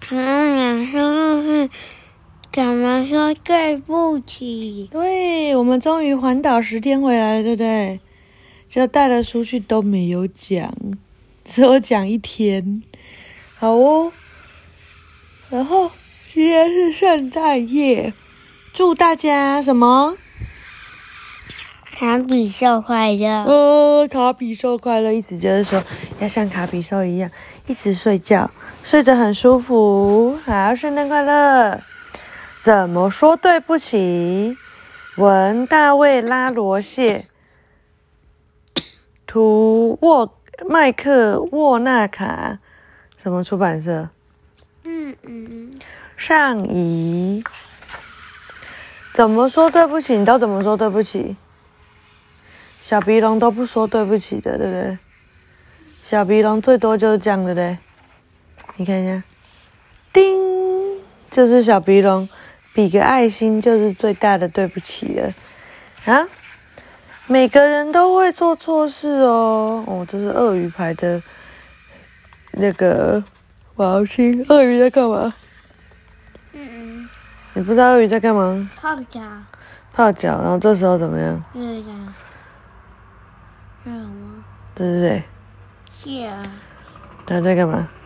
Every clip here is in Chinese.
是怎么说对不起？ 对，我们终于环岛10天回来了，对不对？就带了书去都没有讲，只有讲1天。好哦，然后今天是圣诞夜，祝大家什么？ 卡比兽快乐！ 卡比兽快乐，意思就是说要像卡比兽一样，一直睡觉，睡得很舒服。好，圣诞快乐！怎么说对不起？文大卫拉罗谢，图麦克沃纳卡，什么出版社？上仪。怎么说对不起？你都怎么说对不起？小鼻龙都不说对不起的，对不对？小鼻龙最多就是这样的嘞。你看一下，叮，就是小鼻龙，比个爱心就是最大的对不起了。啊，每个人都会做错事哦。这是鳄鱼牌的那个毛巾。鳄鱼在干嘛？你不知道鳄鱼在干嘛？泡脚，然后这时候怎么样？ 是什么？ 这是谁？ 蟹啊。 他在干嘛？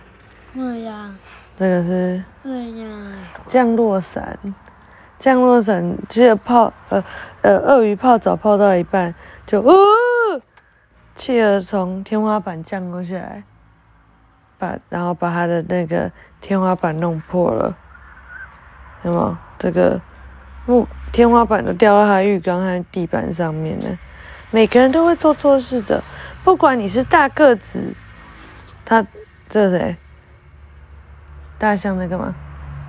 这个是降落伞。降落伞记得鳄鱼泡澡泡到一半就企鹅从天花板降落下来，然后把他的那个天花板弄破了，有没有？这个天花板都掉到他浴缸和地板上面了。每个人都会做错事的，不管你是大个子，这是谁？大象在干嘛？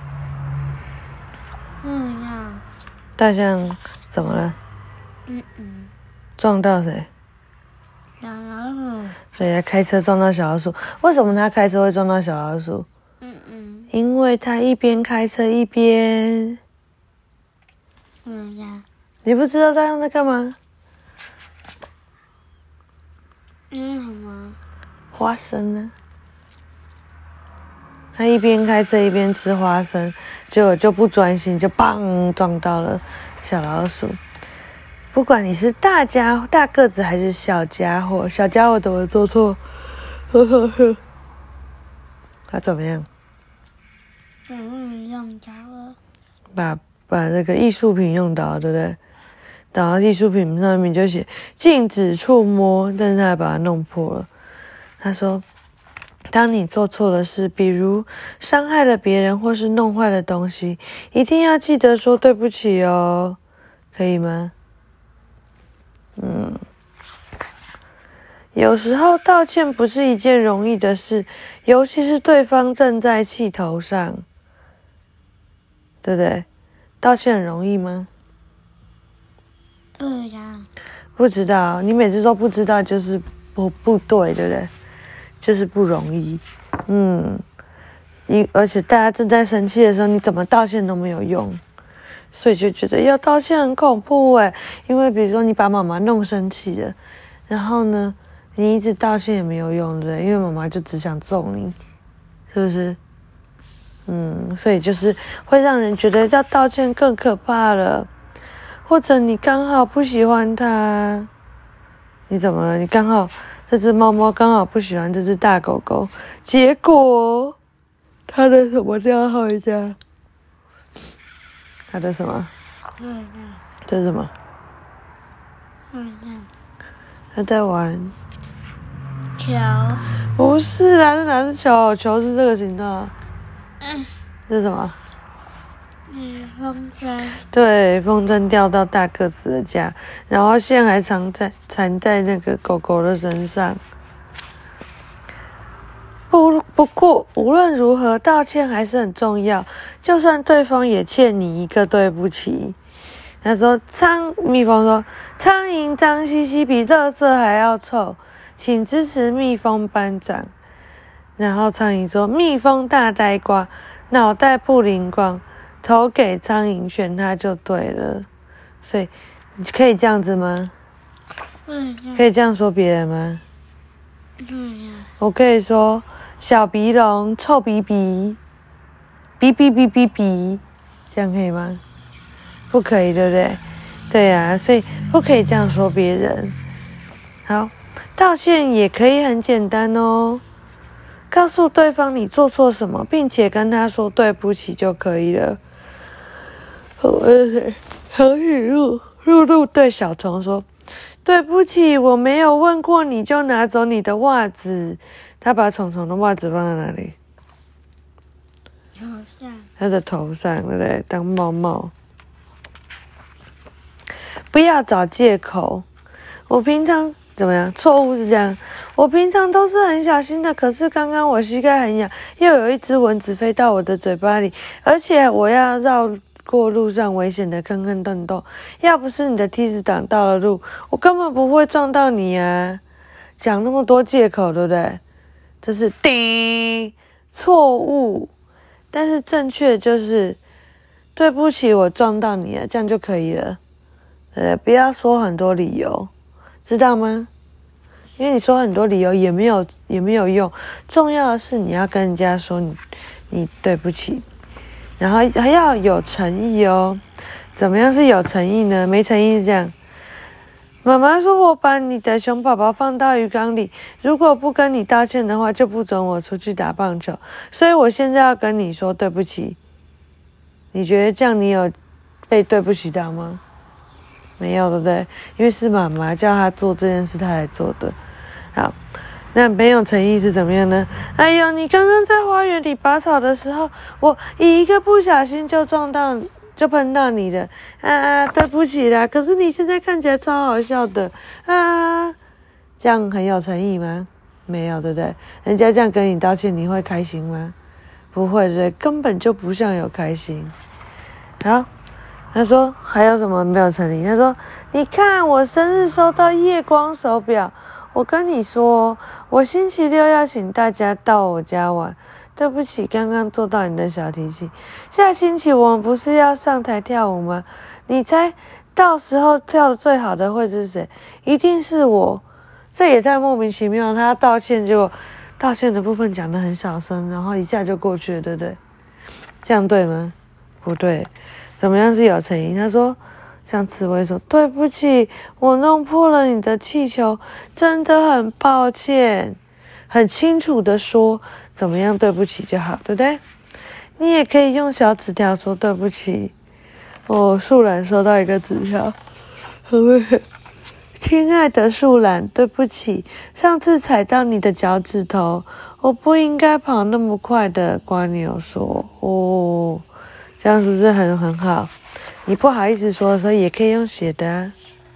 大象怎么了？撞到谁？ 小老鼠。 对呀，开车撞到小老鼠。为什么他开车会撞到小老鼠？因为他一边开车一边……你不知道大象在干嘛？ 什么？ 花生呢？他一边开车一边吃花生，结果就不专心，就砰撞到了小老鼠。不管你是大个子还是小家伙，小家伙怎么做错？他怎么样？ 用到了。 把那个艺术品用到了，对不对？然后艺术品上面就写禁止触摸，但是他还把它弄破了。他说，当你做错了事，比如伤害了别人或是弄坏了东西，一定要记得说对不起哦，可以吗？有时候道歉不是一件容易的事，尤其是对方正在气头上，对不对？道歉很容易吗？不知道，你每次都不知道就是不对，对不对？就是不容易。而且大家正在生气的时候，你怎么道歉都没有用，所以就觉得要道歉很恐怖诶。因为比如说你把妈妈弄生气了，然后呢，你一直道歉也没有用，对不对？因为妈妈就只想揍你，是不是？所以就是会让人觉得要道歉更可怕了。或者你刚好不喜欢它，你怎么了？你刚好这只猫猫刚好不喜欢这只大狗狗，结果它的什么掉到回家？它的什么？这是什么？它在玩球。 不是啦，这哪是球？球是这个形状。这是什么？ 风筝。 对，风筝掉到大个子的家，然后线还缠在那个狗狗的身上。不过无论如何，道歉还是很重要，就算对方也欠你一个对不起。他说蜜蜂说苍蝇脏兮兮，比垃圾还要臭，请支持蜜蜂班长。然后苍蝇说蜜蜂大呆瓜，脑袋不灵光，投给苍蝇选他就对了。所以你可以这样子吗？可以这样说别人吗？我可以说小鼻龙臭鼻鼻， 哔哔哔哔哔，这样可以吗？不可以，对不对？对呀，所以不可以这样说别人。好，道歉也可以很简单哦，告诉对方你做错什么，并且跟他说对不起就可以了。小雨露对小虫说：“对不起，我没有问过你就拿走你的袜子。”他把虫虫的袜子放在哪里？ 头上。 他的头上，对不对？当帽帽。不要找借口。我平常怎么样？错误是这样。我平常都是很小心的，可是刚刚我膝盖很痒，又有一只蚊子飞到我的嘴巴里，而且我要绕过路上危险的坑坑洞洞，要不是你的梯子挡到了路，我根本不会撞到你啊！讲那么多借口，对不对？这是错误，但是正确就是对不起，我撞到你了，这样就可以了。不要说很多理由，知道吗？因为你说很多理由也没有用，重要的是你要跟人家说你对不起，然后还要有诚意哦。怎么样是有诚意呢？没诚意是这样。妈妈说我把你的熊宝宝放到鱼缸里，如果不跟你道歉的话，就不准我出去打棒球。所以我现在要跟你说对不起。你觉得这样你有被对不起到吗？没有，对不对？因为是妈妈叫他做这件事，他才做的。好，那没有诚意是怎么样呢？哎呦，你刚刚在花园里拔草的时候，我一个不小心就碰到你的啊，对不起啦。可是你现在看起来超好笑的啊，这样很有诚意吗？没有，对不对？人家这样跟你道歉，你会开心吗？不会，对不对？根本就不像有开心。好。他说还有什么没有成立？他说你看我生日收到夜光手表，我跟你说我星期六要请大家到我家玩，对不起刚刚做到你的小提琴，下星期我们不是要上台跳舞吗？你猜到时候跳的最好的会是谁？一定是我。这也太莫名其妙，他道歉结果道歉的部分讲得很小声，然后一下就过去了，对不对？这样对吗？不对。怎么样是有诚意？他说，像刺猬说：“对不起，我弄破了你的气球，真的很抱歉。”很清楚的说，怎么样对不起就好，对不对？你也可以用小纸条说对不起。树懒收到一个纸条，亲爱的树懒，对不起，上次踩到你的脚趾头，我不应该跑那么快的。瓜牛说：“这样是不是很好？你不好意思说的时候，也可以用写的啊。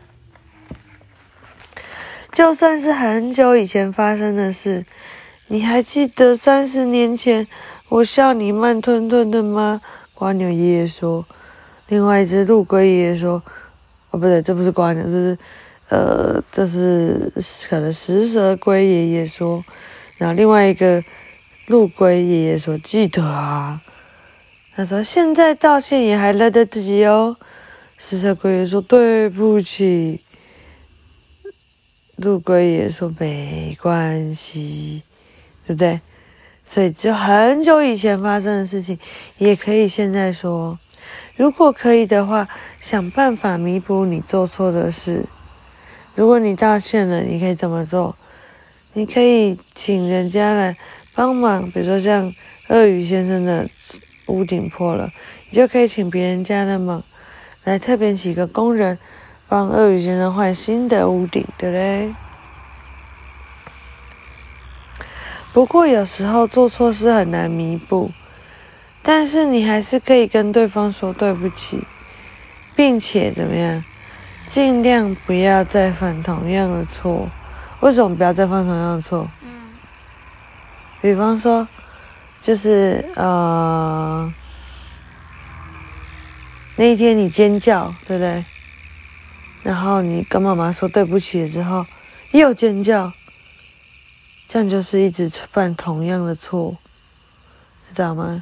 就算是很久以前发生的事，你还记得30年前我笑你慢吞吞的吗？”瓜牛爷爷说。另外一只陆龟爷爷说：“不对，这不是瓜牛，这是可能食蛇龟爷爷说。”然后另外一个陆龟爷爷说：“记得啊。”他说：“现在道歉也还来得及哦。”食蛇龟爷说：“对不起。”陆龟爷说：“没关系，对不对？”所以就很久以前发生的事情，也可以现在说。如果可以的话，想办法弥补你做错的事。如果你道歉了，你可以怎么做？你可以请人家来帮忙，比如说像鳄鱼先生的屋顶破了，你就可以请别人家的忙，来特别请个工人帮鳄鱼先生换新的屋顶，对不对？不过有时候做错事很难弥补，但是你还是可以跟对方说对不起，并且怎么样，尽量不要再犯同样的错。为什么不要再犯同样的错？比方说，就是那一天你尖叫，对不对？然后你跟妈妈说对不起了之后，又尖叫，这样就是一直犯同样的错，知道吗？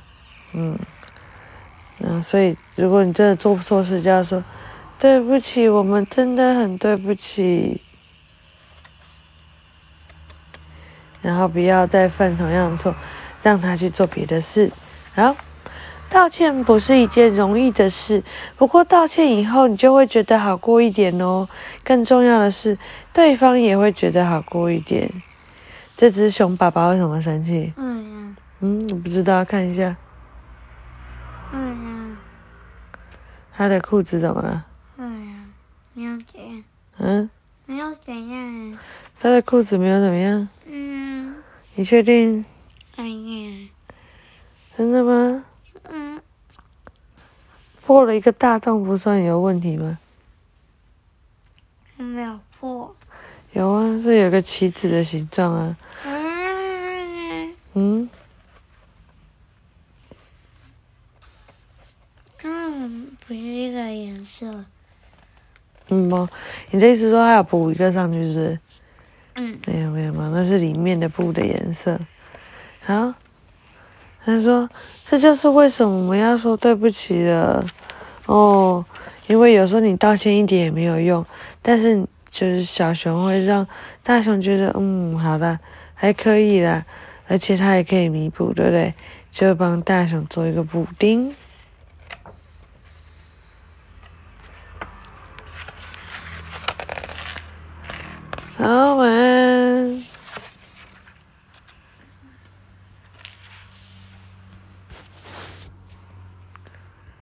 所以如果你真的做错事，就要说对不起，我们真的很对不起。然后不要再犯同样的错，让他去做别的事。好， 道歉不是一件容易的事，不过道歉以后你就会觉得好过一点哦。更重要的是，对方也会觉得好过一点。这只熊宝宝为什么生气？我不知道，看一下。他的裤子怎么了？ 没有怎样。没有怎样。 他的裤子没有怎么样？你确定？真的吗？破了一个大洞不算有问题吗？ 没有破。 有啊，这有个棋子的形状啊。 不是一个颜色。 你的意思说还要补一个上去是不是？没有，那是里面的布的颜色。好，他说这就是为什么我们要说对不起了哦，因为有时候你道歉一点也没有用，但是就是小熊会让大熊觉得好啦，还可以啦，而且它也可以弥补，对不对？就会帮大熊做一个补丁。好，晚安。